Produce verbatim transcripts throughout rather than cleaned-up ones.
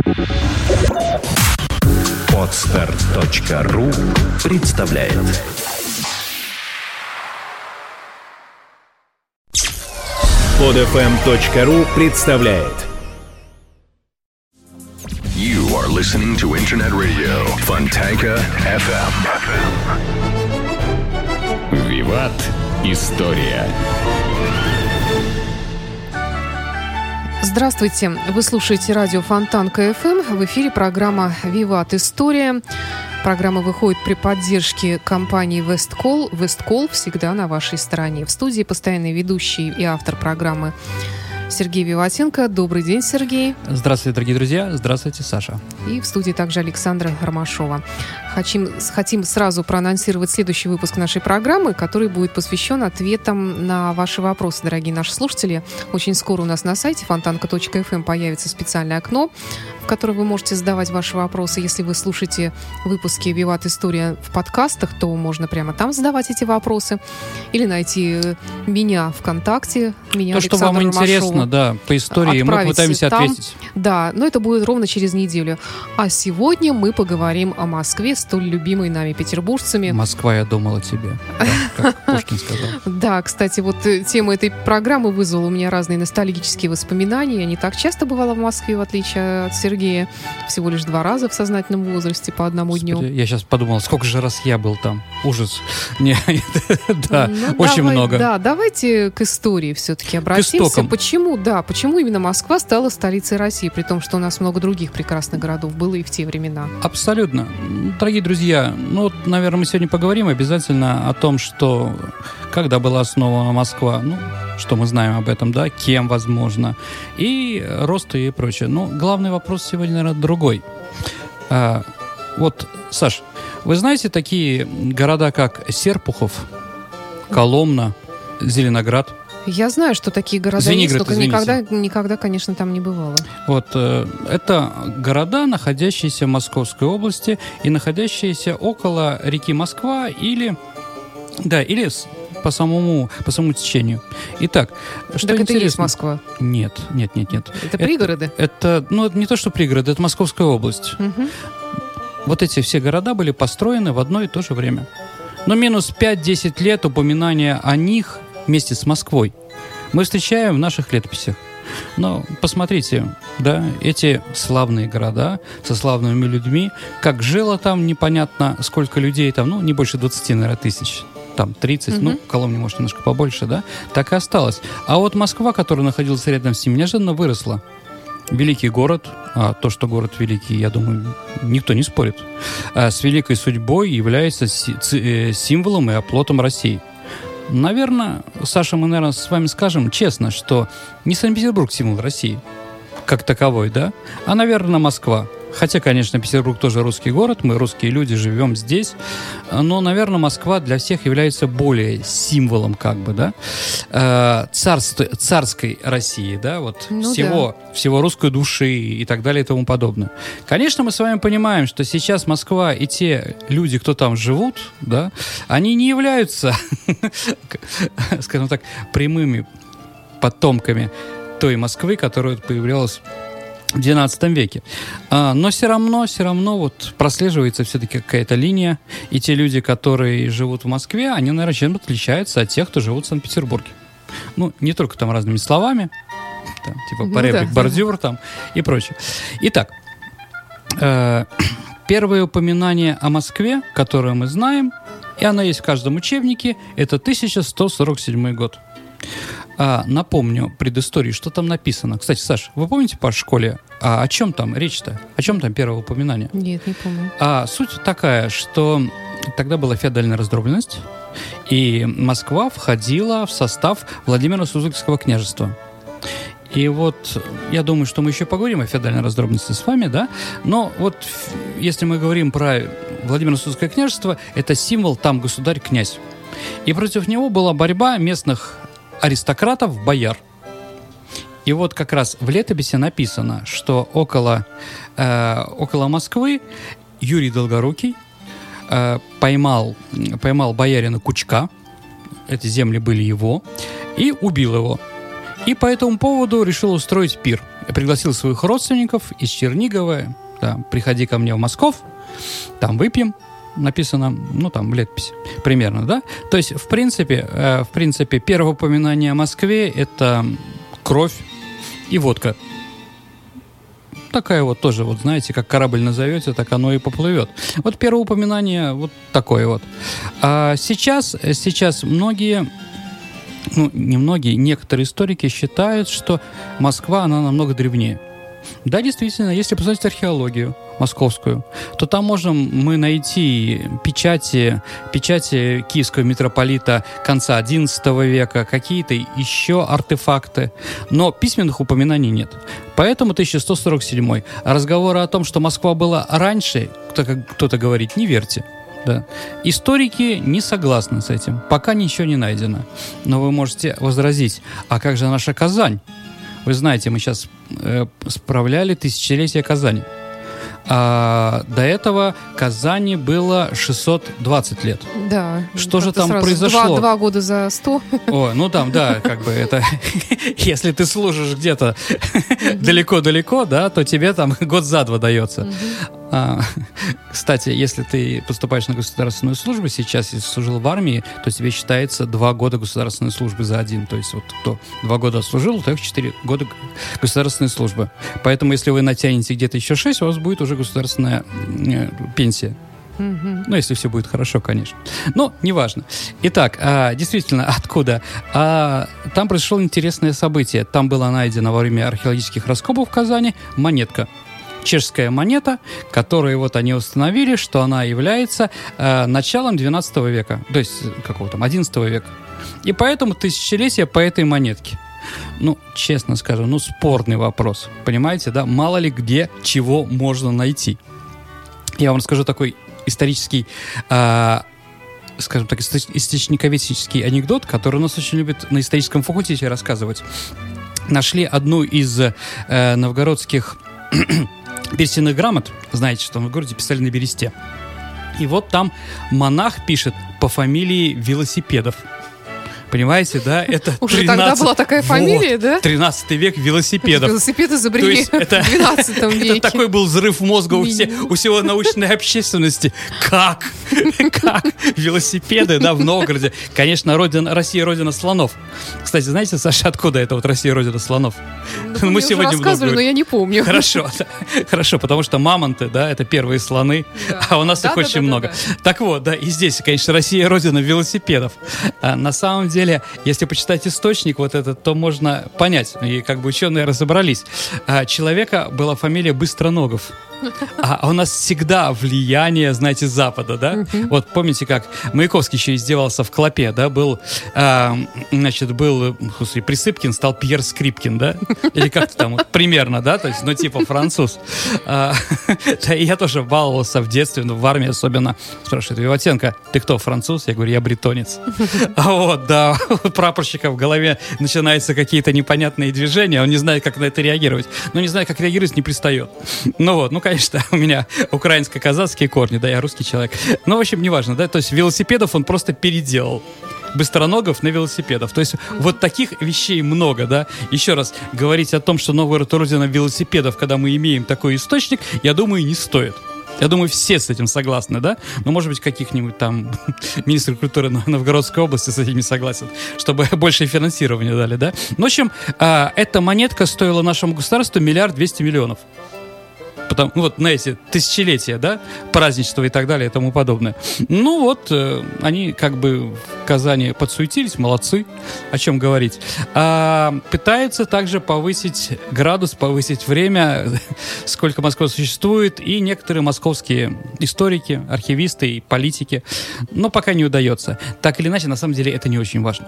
Подстер точка ру представляет. под эф эм точка ру представляет. You are listening to Internet Radio Fontanka эф эм. Виват. История. Здравствуйте! Вы слушаете радио Фонтанка эф эм. В эфире программа «Виват. История». Программа выходит при поддержке компании Весткол. Весткол всегда на вашей стороне. В студии постоянный ведущий и автор программы Сергей Виватенко. Добрый день, Сергей. Здравствуйте, дорогие друзья. Здравствуйте, Саша. И в студии также Александра Ромашова. Хотим, хотим сразу проанонсировать следующий выпуск нашей программы, который будет посвящен ответам на ваши вопросы, дорогие наши слушатели. Очень скоро у нас на сайте фонтанка точка эф эм появится специальное окно, в котором вы можете задавать ваши вопросы. Если вы слушаете выпуски «Виват. История» в подкастах, то можно прямо там задавать эти вопросы. Или найти меня ВКонтакте, меня, То, Александра что вам Ромашова. Интересно, да, по истории мы пытаемся там. ответить. Да, но это будет ровно через неделю. А сегодня мы поговорим о Москве, столь любимой нами петербуржцами. Москва, я думал о тебе, да, как Пушкин сказал. Да, кстати, вот тема этой программы вызвала у меня разные ностальгические воспоминания. Я не так часто бывала в Москве, в отличие от Сергея. Всего лишь два раза в сознательном возрасте по одному Господи, дню. Я сейчас подумал, сколько же раз я был там. Ужас. Не, да, Ну, очень давай, много. Да, давайте к истории все-таки обратимся. истокам. Почему, да, почему именно Москва стала столицей России, при том, что у нас много других прекрасных городов было и в те времена? Абсолютно. Дорогие друзья, ну, вот, наверное, мы сегодня поговорим обязательно о том, что когда была основана Москва, ну, что мы знаем об этом, да, кем, возможно, и рост и прочее. Но главный вопрос сегодня, наверное, другой. А, вот, Саш, вы знаете такие города, как Серпухов, Коломна, Зеленоград? Я знаю, что такие города Звенигород, есть, но извините. никогда, никогда, конечно, там не бывало. Вот, э, это города, находящиеся в Московской области и находящиеся около реки Москва или, да, или с- по самому, по самому течению. Итак, что так это и интересно... есть Москва. Нет, нет, нет, нет. Это пригороды? Это, ну, это не то, что пригороды, это Московская область. Мгм. Вот эти все города были построены в одно и то же время. Но минус пять-десять лет упоминания о них вместе с Москвой мы встречаем в наших летописях. Но посмотрите, да, эти славные города со славными людьми, как жило там непонятно сколько людей, там, ну, не больше двадцати, наверное, тысяч, там, тридцать, Мгм. ну, Коломне, может, немножко побольше, да, так и осталось. А вот Москва, которая находилась рядом с ним, неожиданно выросла. Великий город, а то, что город великий, я думаю, никто не спорит, а с великой судьбой является си- ц- э, символом и оплотом России. Наверное, Саша, мы, наверное, с вами скажем честно, что не Санкт-Петербург символ России, как таковой, да, а, наверное, Москва. Хотя, конечно, Петербург тоже русский город, мы русские люди, живем здесь, но, наверное, Москва для всех является более символом, как бы, да, э, царства, царской России, да, вот Ну всего, всего русской души и так далее и тому подобное. Конечно, мы с вами понимаем, что сейчас Москва и те люди, кто там живут, да, они не являются, скажем так, прямыми потомками той Москвы, которая появлялась в двенадцатом веке. А, но все равно, все равно вот прослеживается все-таки какая-то линия, и те люди, которые живут в Москве, они, наверное, чем-то отличаются от тех, кто живут в Санкт-Петербурге. Ну, не только там разными словами, там, типа Ну поребрик, да. бордюр там и прочее. Итак, э, первое упоминание о Москве, которое мы знаем, и оно есть в каждом учебнике, это тысяча сто сорок седьмой год. А, напомню предысторию, что там написано. Кстати, Саш, вы помните по школе, а о чем там речь-то? О чем там первое упоминание? Нет, не помню. А суть такая, что тогда была феодальная раздробленность, и Москва входила в состав Владимира Суздальского княжества. И вот я думаю, что мы еще поговорим о феодальной раздробленности с вами, да? Но вот ф- если мы говорим про Владимира Суздальское княжество, это символ там государь-князь. И против него была борьба местных аристократов, бояр. И вот как раз в летописи написано, что около, э, около Москвы Юрий Долгорукий э, поймал, поймал боярина Кучка, эти земли были его, и убил его. И по этому поводу решил устроить пир. пригласил своих родственников из Чернигова, да, приходи ко мне в Москов, там выпьем, написано, ну, там, в летописи, примерно, да? То есть, в принципе, э, в принципе, первое упоминание о Москве — это кровь и водка. Такая вот тоже, вот знаете, как корабль назовете, так оно и поплывет. Вот первое упоминание вот такое вот. А сейчас, сейчас многие, ну, не многие, некоторые историки считают, что Москва, она намного древнее. Да, действительно, если посмотреть археологию московскую, то там можем мы найти печати, печати киевского митрополита конца одиннадцатого века, какие-то еще артефакты, но письменных упоминаний нет. Поэтому тысяча сто сорок седьмой. А разговоры о том, что Москва была раньше, кто-то, кто-то говорит, не верьте. Да. Историки не согласны с этим, пока ничего не найдено. Но вы можете возразить, а как же наша Казань? Вы знаете, мы сейчас э, справляли тысячелетие Казани. А до этого Казани было шестьсот двадцать лет. Да. Что же там произошло? Два, два года за сто. О, ну там, да, как бы это... Если ты служишь где-то далеко-далеко, да, то тебе там год за два дается. А, кстати, если ты поступаешь на государственную службу сейчас, если служил в армии, то тебе считается два года государственной службы за один. То есть вот кто два года служил, то их четыре года государственной службы. Поэтому если вы натянете где-то еще шесть, у вас будет уже государственная э, пенсия. Mm-hmm. Ну, если все будет хорошо, конечно. Но неважно. Итак, а, действительно, откуда? А, там произошло интересное событие. Там была найдена во время археологических раскопов в Казани монетка. Чешская монета, которую вот они установили, что она является э, началом двенадцатого века, то есть какого там, одиннадцатого века. И поэтому тысячелетие по этой монетке. Ну, честно скажу, ну, спорный вопрос. Понимаете, да? Мало ли где чего можно найти. Я вам расскажу такой исторический, э, скажем так, источниковедческий анекдот, который у нас очень любят на историческом факультете рассказывать. Нашли одну из э, новгородских берестяных грамот. Знаете, что в городе писали на бересте. И вот там монах пишет по фамилии Велосипедов. Понимаете, да? Это уже тогда была такая фамилия, вот, да? тринадцатый век Велосипедов. Велосипед изобрели в двенадцатом веке. Это такой был взрыв мозга у, все, у всего научной общественности. Как? Как? Велосипеды, да, в Новгороде. Конечно, родина, Россия родина слонов. Кстати, знаете, Саша, откуда это вот Россия родина слонов? Ну, мы сегодня рассказывали, но я не помню. Хорошо, да, хорошо, потому что мамонты, да, это первые слоны, да. А у нас да, их да, очень да, много. Да, да. Так вот, да, и здесь, конечно, Россия родина велосипедов. А на самом деле деле, если почитать источник вот этот, то можно понять, и как бы ученые разобрались. А, человека была фамилия Быстроногов. А у нас всегда влияние, знаете, Запада, да? Uh-huh. Вот помните, как Маяковский еще издевался в «Клопе», да? Был, а, значит, был, господи, Присыпкин стал Пьер Скрипкин, да? Или как-то там вот, примерно, да? То есть, ну, типа француз. А, да, и я тоже баловался в детстве, ну, в армии особенно. Спрашивает Виватенко, ты кто, француз? Я говорю, я бретонец. А вот, да, у прапорщика в голове начинаются какие-то непонятные движения, он не знает, как на это реагировать. Ну, не знает, как реагировать, не пристает. Ну вот, ну, конечно, у меня украинско-казахские корни, да, я русский человек. Ну, в общем, неважно, да, то есть велосипедов он просто переделал. Быстроногов на велосипедов. То есть вот таких вещей много, да. Еще раз, говорить о том, что Новгород родина велосипедов, когда мы имеем такой источник, я думаю, не стоит. Я думаю, все с этим согласны, да? Но, может быть, каких-нибудь там министр культуры Новгородской области с этим не согласен, чтобы больше финансирования дали, да? Ну, в общем, эта монетка стоила нашему государству миллиард двести миллионов. Потому, вот на эти тысячелетия, да, празднества и так далее и тому подобное. Ну вот, э, они как бы в Казани подсуетились, молодцы, о чем говорить. А, пытаются также повысить градус, повысить время, сколько Москва существует, и некоторые московские историки, архивисты и политики, но пока не удается. Так или иначе, на самом деле, это не очень важно.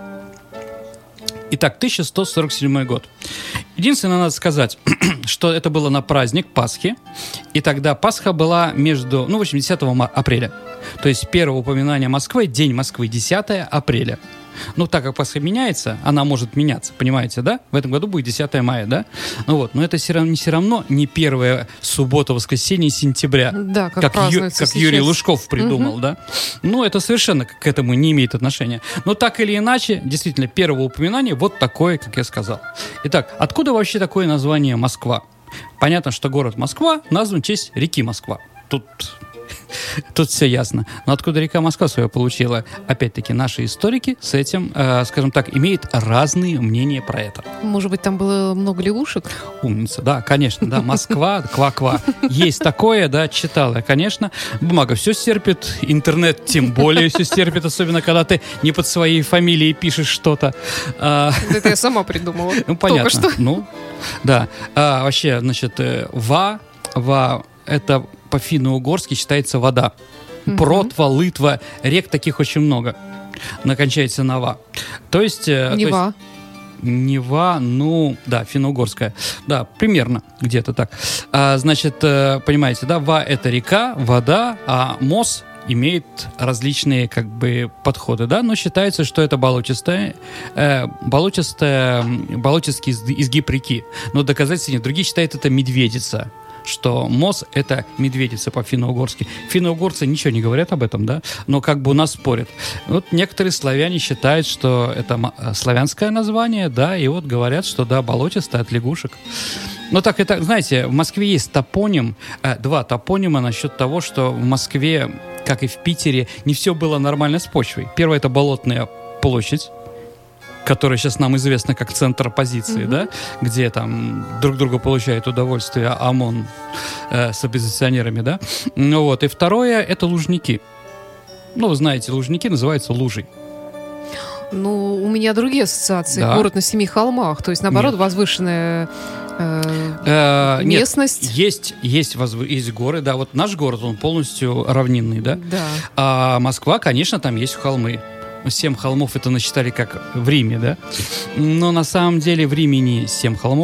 Итак, тысяча сто сорок седьмой год. Единственное, надо сказать, что это было на праздник Пасхи, и тогда Пасха была между, ну, в общем, десятого апреля. То есть первое упоминание Москвы, День Москвы, десятого апреля. Ну, так как Пасха меняется, она может меняться, понимаете, да? В этом году будет десятое мая, да? Ну вот, но это все равно, не все равно не первая суббота, воскресенье сентября. Да, как, как, Ю, как сейчас. Юрий Лужков придумал, угу. да? Ну, это совершенно к этому не имеет отношения. Но так или иначе, действительно, первое упоминание вот такое, как я сказал. Итак, откуда вообще такое название Москва? Понятно, что город Москва назван в честь реки Москва. Тут... Тут все ясно. Но откуда река Москва свое получила? Опять-таки, наши историки с этим, э, скажем так, имеют разные мнения про это. Может быть, там было много лягушек? Умница, да, конечно, да. Москва, ква-ква. Есть такое, да, читала я, конечно. Бумага все стерпит, интернет тем более все стерпит, особенно когда ты не под своей фамилией пишешь что-то. А, это я сама придумала. Ну, понятно. Только что. Ну, да. А, вообще, значит, ва, ва, это... по-финно-угорски считается вода. Uh-huh. Протва, Лытва, рек таких очень много. Накончается на ва. То есть... Нева. То есть, Нева, ну, да, финно-угорская. Да, примерно где-то так. А, значит, понимаете, да, ва — это река, вода, а мос имеет различные, как бы, подходы, да, но считается, что это болотистая, э, болотистая, болотистый изгиб реки. Но доказательств нет. Другие считают, это медведица, что Мос — это медведица по-финно-угорски. Финно-угорцы ничего не говорят об этом, да, но как бы у нас спорят. Вот некоторые славяне считают, что это славянское название, да, и вот говорят, что, да, болотистое от лягушек. Но так и так, знаете, в Москве есть топоним, э, два топонима насчет того, что в Москве, как и в Питере, не все было нормально с почвой. Первое — это Болотная площадь, которая сейчас нам известна как центр оппозиции, mm-hmm. да, где там друг друга получает удовольствие ОМОН э, с оппозиционерами, да. Ну вот, и второе — это Лужники. Ну, вы знаете, Лужники называются лужей. Ну, у меня другие ассоциации. Да. Город на семи холмах, то есть, наоборот, Нет. возвышенная э, э, местность. Нет, есть, есть, возв... есть горы, да, вот наш город, он полностью равнинный, да. Да. А Москва, конечно, там есть холмы. Семь холмов это насчитали как в Риме, да? Но на самом деле в Риме не семь холмов.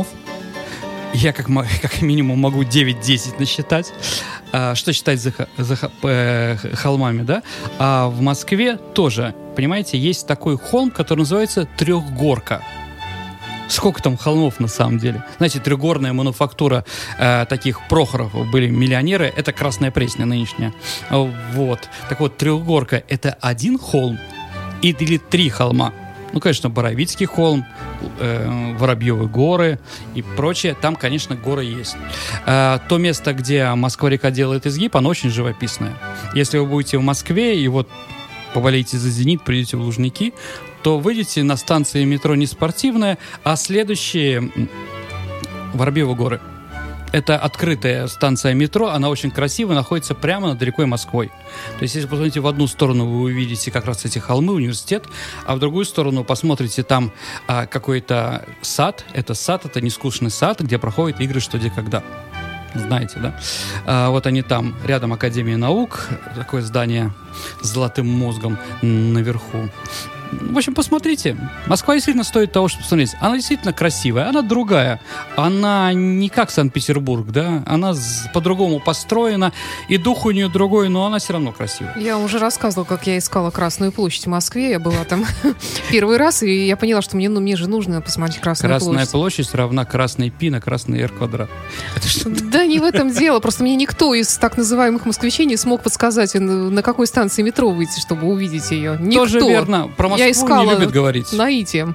Я как, как минимум могу девять-десять насчитать. А, что считать за, за э, холмами, да? А в Москве тоже, понимаете, есть такой холм, который называется Трехгорка. Сколько там холмов на самом деле? Знаете, трехгорная мануфактура э, таких Прохоровых были миллионеры. Это Красная Пресня нынешняя. Вот. Так вот, Трехгорка — это один холм, или три холма. Ну, конечно, Боровицкий холм, э, Воробьевы горы и прочее. Там, конечно, горы есть. Э, то место, где Москва-река делает изгиб, оно очень живописное. Если вы будете в Москве и вот поболеете за «Зенит», придете в Лужники, то выйдете на станции метро не спортивная, а следующие Воробьевы горы. Это открытая станция метро, она очень красивая, находится прямо над рекой Москвой. То есть, если посмотрите в одну сторону, вы увидите как раз эти холмы, университет, а в другую сторону посмотрите, там а, какой-то сад. Это сад, это нескучный сад, где проходят игры «Что, где, когда». Знаете, да? А, вот они там, рядом Академия наук, такое здание с золотым мозгом наверху. В общем, посмотрите. Москва действительно стоит того, чтобы посмотреть. Она действительно красивая, она другая. Она не как Санкт-Петербург, да? Она по-другому построена, и дух у нее другой, но она все равно красивая. Я уже рассказывала, как я искала Красную площадь в Москве. Я была там первый раз, и я поняла, что мне, ну, мне же нужно посмотреть Красную площадь. Красная площадь равна красной пи на красный р квадрат. Да не в этом дело. Просто мне никто из так называемых москвичей не смог подсказать, на какой станции метро выйти, чтобы увидеть ее. Никто. Тоже верно. Про Я искала не любят говорить. наитием.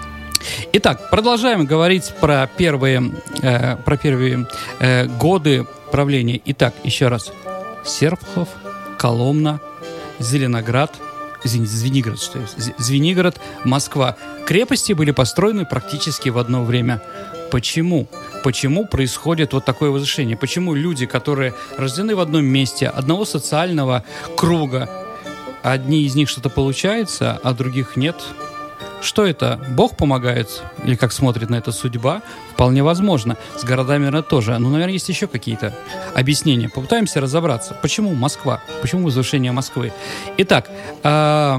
Итак, продолжаем говорить про первые, э, про первые э, годы правления. Итак, еще раз. Серпухов, Коломна, Зеленоград, Звенигород, что есть? Звенигород, Москва. Крепости были построены практически в одно время. Почему? Почему происходит вот такое возвышение? Почему люди, которые рождены в одном месте, одного социального круга, одни из них что-то получается, а других нет? Что это? Бог помогает? Или как смотрит на это судьба? Вполне возможно. С городами, наверное, тоже. Ну, наверное, есть еще какие-то объяснения. Попытаемся разобраться. Почему Москва? Почему возвышение Москвы? Итак, э-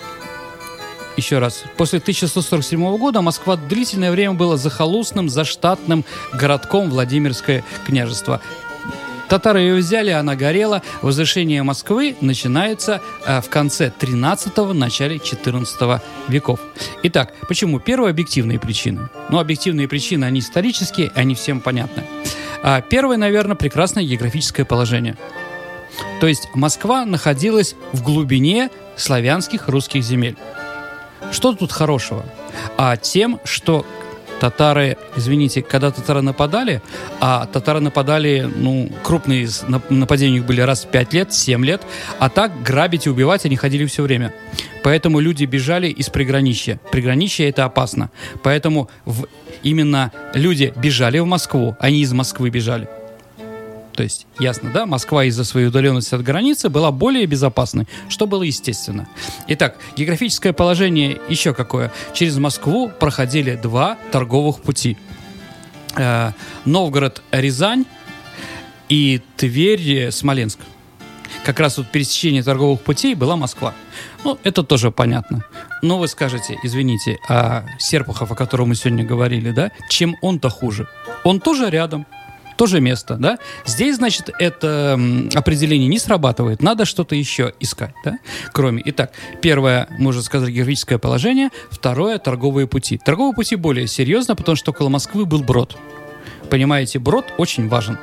еще раз. После тысяча сто сорок седьмого года Москва длительное время была захолустным, заштатным городком Владимирское княжество. Татары ее взяли, она горела. Возвышение Москвы начинается э, в конце тринадцатого, начале четырнадцатого веков. Итак, почему? Первые объективные причины. Ну, объективные причины, они исторические, они всем понятны. А первое, наверное, прекрасное географическое положение. То есть Москва находилась в глубине славянских русских земель. Что тут хорошего? А тем, что татары, извините, когда татары нападали, а татары нападали, ну, крупные нападения у них были раз в пять лет, семь лет, а так грабить и убивать они ходили все время. Поэтому люди бежали из приграничья. Приграничье — это опасно. Поэтому в, именно люди бежали в Москву, они из Москвы бежали. То есть, ясно, да? Москва из-за своей удаленности от границы была более безопасной, что было естественно. Итак, географическое положение еще какое. Через Москву проходили два торговых пути. Э, Новгород-Рязань и Тверь-Смоленск. Как раз вот пересечение торговых путей была Москва. Ну, это тоже понятно. Но вы скажете, извините, а Серпухов, о котором мы сегодня говорили, да? Чем он-то хуже? Он тоже рядом. Тоже место, да? Здесь, значит, это определение не срабатывает. Надо что-то еще искать, да? Кроме... Итак, первое, мы уже сказали, географическое положение. Второе, торговые пути. Торговые пути более серьезно, потому что около Москвы был брод. Понимаете, брод очень важен.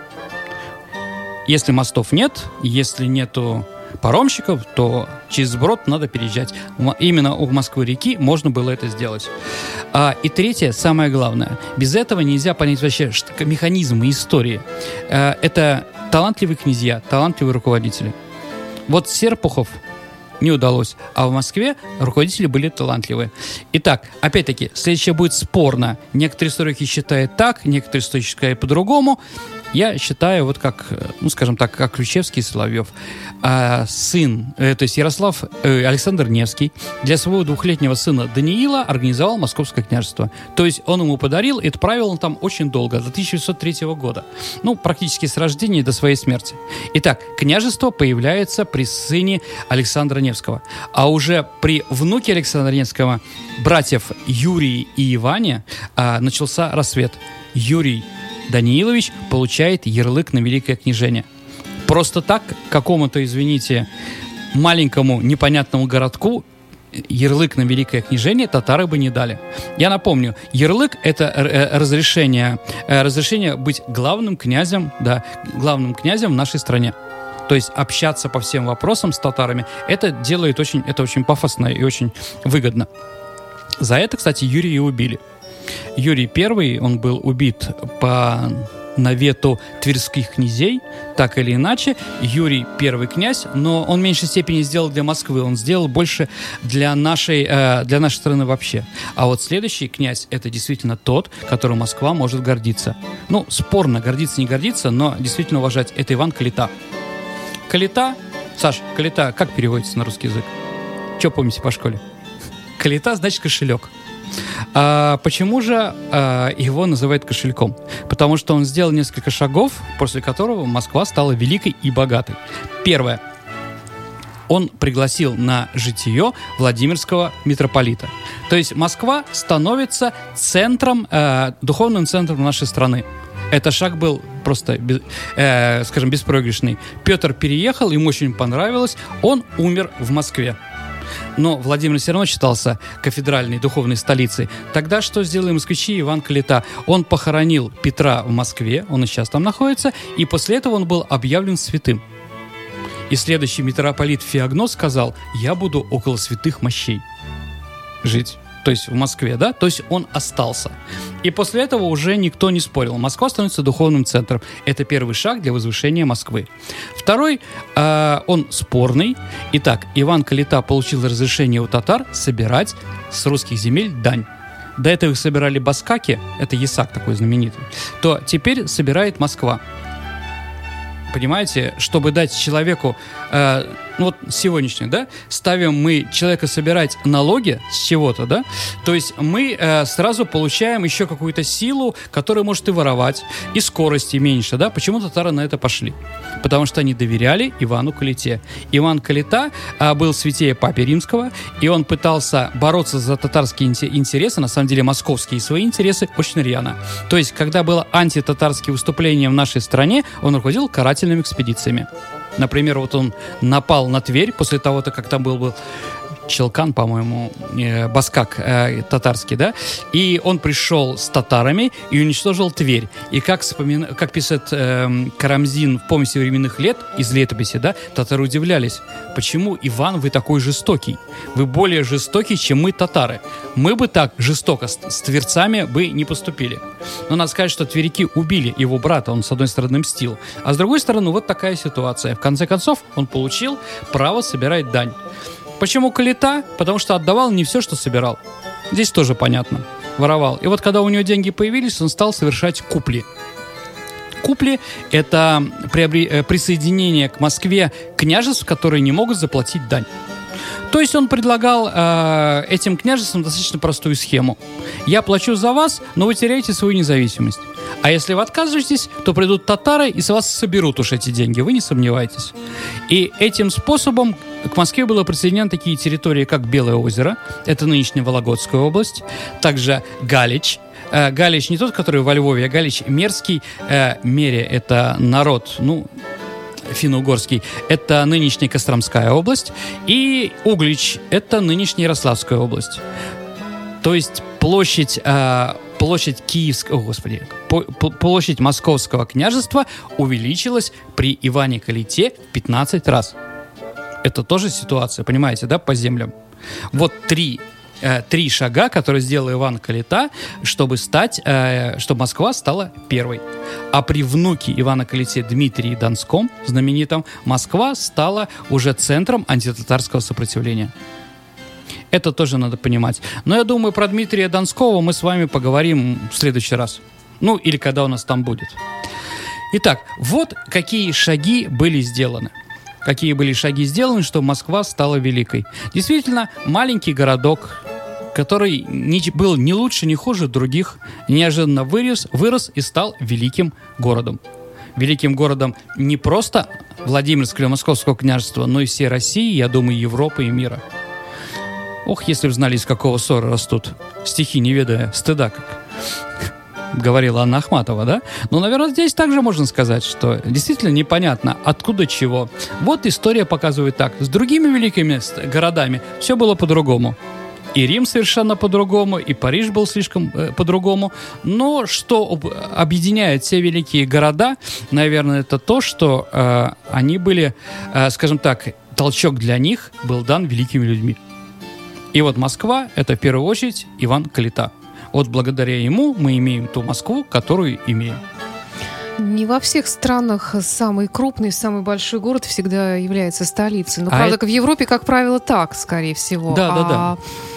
Если мостов нет, если нету паромщиков, то через брод надо переезжать. Именно у Москвы-реки можно было это сделать. А, и третье, самое главное. Без этого нельзя понять вообще что, механизмы истории. А, это талантливые князья, талантливые руководители. Вот Серпухов не удалось, а в Москве руководители были талантливые. Итак, опять-таки, следующее будет спорно. Некоторые историки считают так, некоторые историки считают по-другому. Я считаю, вот как, ну, скажем так, как Ключевский и Соловьев. А сын, э, то есть Ярослав, э, Александр Невский для своего двухлетнего сына Даниила организовал Московское княжество. То есть он ему подарил, и правил он там очень долго, до тысяча девятьсот третьего года. Ну, практически с рождения до своей смерти. Итак, княжество появляется при сыне Александра Невского. А уже при внуке Александра Невского, братьев Юрии и Иване, а, начался рассвет. Юрий Даниилович получает ярлык на Великое княжение. Просто так какому-то, извините, маленькому непонятному городку ярлык на Великое княжение татары бы не дали. Я напомню, ярлык — это разрешение, разрешение быть главным князем, да, главным князем в нашей стране. То есть общаться по всем вопросам с татарами, это делает очень, это очень пафосно и очень выгодно. За это, кстати, Юрия и убили. Юрий Первый, он был убит по навету тверских князей, так или иначе. Юрий Первый князь, но он в меньшей степени сделал для Москвы, он сделал больше для нашей, э, для нашей страны вообще. А вот следующий князь — это действительно тот, которым Москва может гордиться. Ну, спорно, гордиться, не гордиться, но действительно уважать. Это Иван Калита. Калита, Саш, Калита, как переводится на русский язык? Что помните по школе? Калита значит кошелек. А почему же а, его называют кошельком? Потому что он сделал несколько шагов, после которого Москва стала великой и богатой. Первое. Он пригласил на житие Владимирского митрополита. То есть Москва становится центром, э, духовным центром нашей страны. Этот шаг был просто, э, скажем, беспроигрышный. Петр переехал, ему очень понравилось, он умер в Москве. Но Владимир все равно считался кафедральной духовной столицей. Тогда что сделали москвичи? Иван Калита. Он похоронил Петра в Москве, он и сейчас там находится, и после этого он был объявлен святым. И следующий митрополит Феогноз сказал: я буду около святых мощей жить. То есть в Москве, да? То есть он остался. И после этого уже никто не спорил. Москва становится духовным центром. Это первый шаг для возвышения Москвы. Второй, э, он спорный. Итак, Иван Калита получил разрешение у татар собирать с русских земель дань. До этого их собирали баскаки, это ясак такой знаменитый, то теперь собирает Москва. Понимаете, чтобы дать человеку, э, ну вот сегодняшний, да, ставим мы человека собирать налоги с чего-то, да, то есть мы э, сразу получаем еще какую-то силу, которая может и воровать, и скорости меньше, да. Почему татары на это пошли? Потому что они доверяли Ивану Калите. Иван Калита э, был святее Папы Римского, и он пытался бороться за татарские интересы, на самом деле московские свои интересы, очень рьяно. То есть, когда было антитатарские выступления в нашей стране, он руководил карательным наступательными экспедициями. Например, вот он напал на Тверь после того, как там был, был Челкан, по-моему, э, Баскак э, татарский, да, и он пришел с татарами и уничтожил Тверь. И как, вспомина... как пишет э, Карамзин в «Помеси временных лет» из летописи, да, татары удивлялись, почему, Иван, вы такой жестокий? Вы более жестокий, чем мы, татары. Мы бы так жестоко с, с тверцами бы не поступили. Но надо сказать, что тверяки убили его брата, он, с одной стороны, мстил, а с другой стороны, вот такая ситуация. В конце концов, он получил право собирать дань. Почему калита? Потому что отдавал не все, что собирал. Здесь тоже понятно. Воровал. И вот когда у него деньги появились, он стал совершать купли. Купли – это приобре... присоединение к Москве княжеств, которые не могут заплатить дань. То есть он предлагал э, этим княжествам достаточно простую схему. Я плачу за вас, но вы теряете свою независимость. А если вы отказываетесь, то придут татары и с вас соберут уж эти деньги, вы не сомневайтесь. И этим способом к Москве было присоединены такие территории, как Белое озеро, это нынешняя Вологодская область, также Галич. Э, Галич не тот, который во Львове, а Галич Мерский. Э, Мере – это народ, ну... финно-угорский, это нынешняя Костромская область, и Углич, это нынешняя Ярославская область. То есть площадь, э, площадь Киевского, о, господи, по, по, площадь Московского княжества увеличилась при Иване Калите в пятнадцать раз. Это тоже ситуация, понимаете, да, по землям. Вот три Три шага, которые сделал Иван Калита, чтобы стать, э, чтобы Москва стала первой. А при внуке Ивана Калите Дмитрии Донском, знаменитом, Москва стала уже центром антитатарского сопротивления. Это тоже надо понимать. Но я думаю, про Дмитрия Донского мы с вами поговорим в следующий раз. Ну, или когда у нас там будет. Итак, вот какие шаги были сделаны. Какие были шаги сделаны, чтобы Москва стала великой. Действительно, маленький городок, который не, был ни лучше, ни хуже других, неожиданно вырос, вырос и стал великим городом. Великим городом не просто Владимирского или Московского княжества, но и всей России, я думаю, Европы и мира. Ох, если бы знали, из какого ссора растут. Стихи, не ведая стыда, как говорила Анна Ахматова, да? Но, наверное, здесь также можно сказать, что действительно непонятно, откуда чего. Вот история показывает так. С другими великими городами все было по-другому. И Рим совершенно по-другому, и Париж был слишком э, по-другому. Но что об, объединяет все великие города, наверное, это то, что э, они были, э, скажем так, толчок для них был дан великими людьми. И вот Москва – это в первую очередь Иван Калита. Вот благодаря ему мы имеем ту Москву, которую имеем. Не во всех странах самый крупный, самый большой город всегда является столицей. Но, а правда, это... в Европе, как правило, так, скорее всего. Да, а... да, да.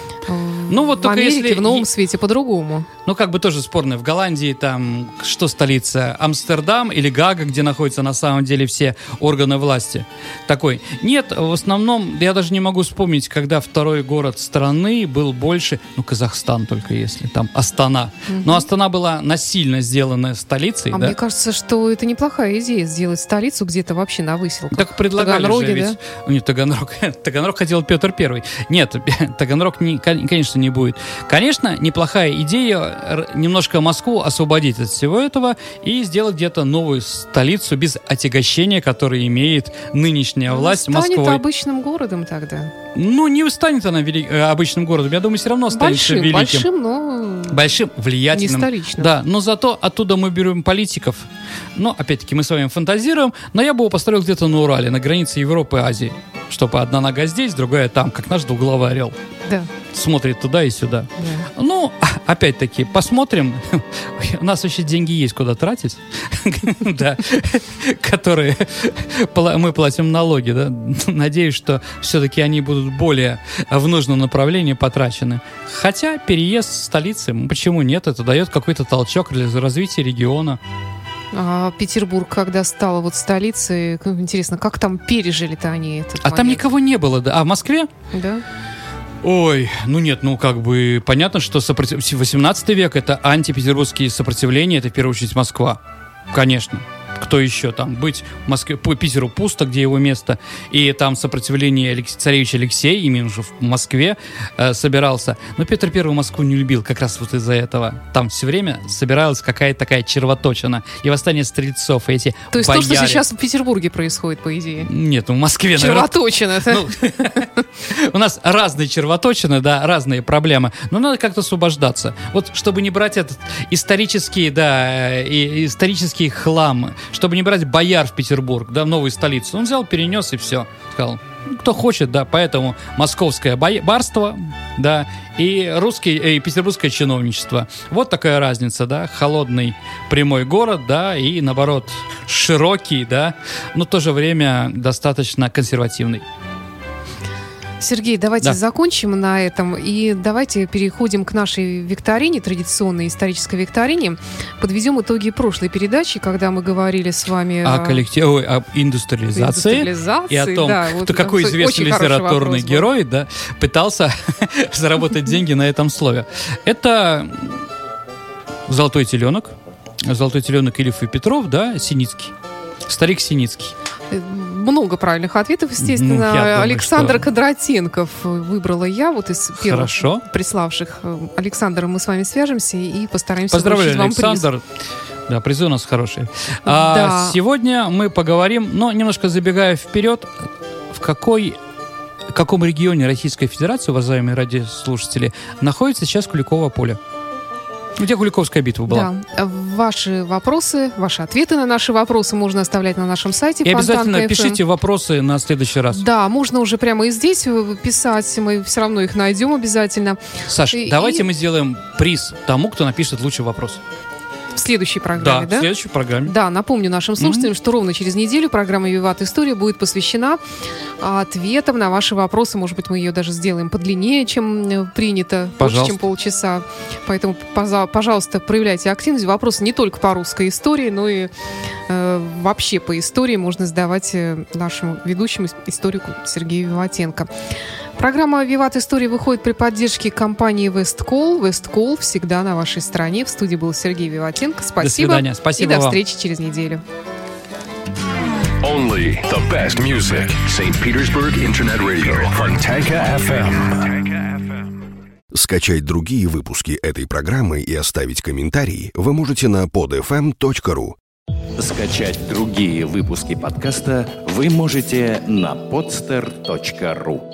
Ну, вот в только Америке, если... в Новом Свете по-другому. Ну, как бы тоже спорно. В Голландии там, что столица? Амстердам или Гага, где находятся на самом деле все органы власти? Такой. Нет, в основном, я даже не могу вспомнить, когда второй город страны был больше, ну, Казахстан только если, там, Астана. Угу. Но Астана была насильно сделана столицей, а да? мне кажется, что это неплохая идея, сделать столицу где-то вообще на выселках. Так предлагали Таганроге, же ведь. Да? Нет, Таганрог. Таганрог хотел Петр Первый. Нет, Таганрог, не, конечно, не будет. Конечно, неплохая идея немножко Москву освободить от всего этого и сделать где-то новую столицу без отягощения, которое имеет нынешняя власть Москвы. Станет обычным городом тогда. Ну, не станет она вели... обычным городом. Я думаю, все равно останется великим. Большим, но... Большим, влиятельным. Не столичным. Да, но зато оттуда мы берем политиков. Но, опять-таки, мы с вами фантазируем. Но я бы его построил где-то на Урале, на границе Европы и Азии. Чтобы одна нога здесь, другая там, как наш двуглавый орел. Да. Смотрит туда и сюда. Да. Ну, опять-таки, посмотрим. У нас вообще деньги есть куда тратить. Да. Которые мы платим налоги, да. Надеюсь, что все-таки они будут более в нужном направлении потрачены. Хотя переезд в столицы, почему нет? Это дает какой-то толчок для развития региона. А Петербург, когда стал вот столицей, интересно, как там пережили-то они этот А момент? там никого не было, да? А в Москве? Да. Ой, ну нет, ну как бы понятно, что сопротив... восемнадцатый век — это антипетербургские сопротивления, это в первую очередь Москва. Конечно. кто еще там, быть в Москве, по Питеру пусто, где его место, и там сопротивление Алекс... царевич Алексей, именно уже в Москве э, собирался. Но Петр Первый Москву не любил как раз вот из-за этого. Там все время собиралась какая-то такая червоточина, и восстание стрельцов, и эти То есть бояре. то, что сейчас в Петербурге происходит, по идее? Нет, ну в Москве, червоточина. наверное. У нас разные червоточины, да, разные проблемы, но надо как-то освобождаться. Вот чтобы не брать этот исторический, да, и, исторический хлам, чтобы не брать бояр в Петербург, да, в новую столицу. Он взял, перенес и все. Сказал, кто хочет, да, поэтому московское барство, да, и русский, и петербургское чиновничество. Вот такая разница, да, холодный прямой город, да, и наоборот широкий, да, но в то же время достаточно консервативный. Сергей, давайте да. закончим на этом и давайте переходим к нашей викторине, традиционной исторической викторине. Подведем итоги прошлой передачи, когда мы говорили с вами о, о коллективе, ой, об индустриализации, индустриализации и о том, да, кто, вот, какой известный литературный герой да, пытался заработать деньги на этом слове. Это «Золотой теленок», «Золотой теленок» Ильф и Петров, да, Синицкий, старик Синицкий. Много правильных ответов, естественно. Ну, думаю, Александр что... Кондратенков выбрала я, вот из первых Хорошо. приславших. Александр, мы с вами свяжемся и постараемся Поздравляю, вам Александр. приз. Да, призы у нас хорошие. Да. А сегодня мы поговорим, но немножко забегая вперед, в какой... в каком регионе Российской Федерации, уважаемые радиослушатели, находится сейчас Куликово поле? Где Куликовская битва была? Да. Ваши вопросы, ваши ответы на наши вопросы можно оставлять на нашем сайте. И обязательно Фонтанка эф эм. пишите вопросы на следующий раз. Да, можно уже прямо и здесь писать, мы все равно их найдем обязательно. Саш, и, давайте и... мы сделаем приз тому, кто напишет лучший вопрос. В следующей программе, да? Да, в следующей программе. Да, напомню нашим слушателям, mm-hmm. что ровно через неделю программа «Виват История» будет посвящена ответам на ваши вопросы. Может быть, мы ее даже сделаем подлиннее, чем принято, Пожалуйста. больше, чем полчаса. Поэтому, пожалуйста, проявляйте активность. Вопросы не только по русской истории, но и э, вообще по истории можно задавать нашему ведущему историку Сергею Виватенко. Программа «Виват История» выходит при поддержке компании «Весткол». «Весткол» всегда на вашей стороне. В студии был Сергей Виватенко. Спасибо. До свидания. Спасибо и до вам. встречи через неделю. Only the best music. Saint Petersburg Internet Radio. Fontanka эф эм. Скачать другие выпуски этой программы и оставить комментарии вы можете на под эф эм точка ру. Скачать другие выпуски подкаста вы можете на подстер точка ру.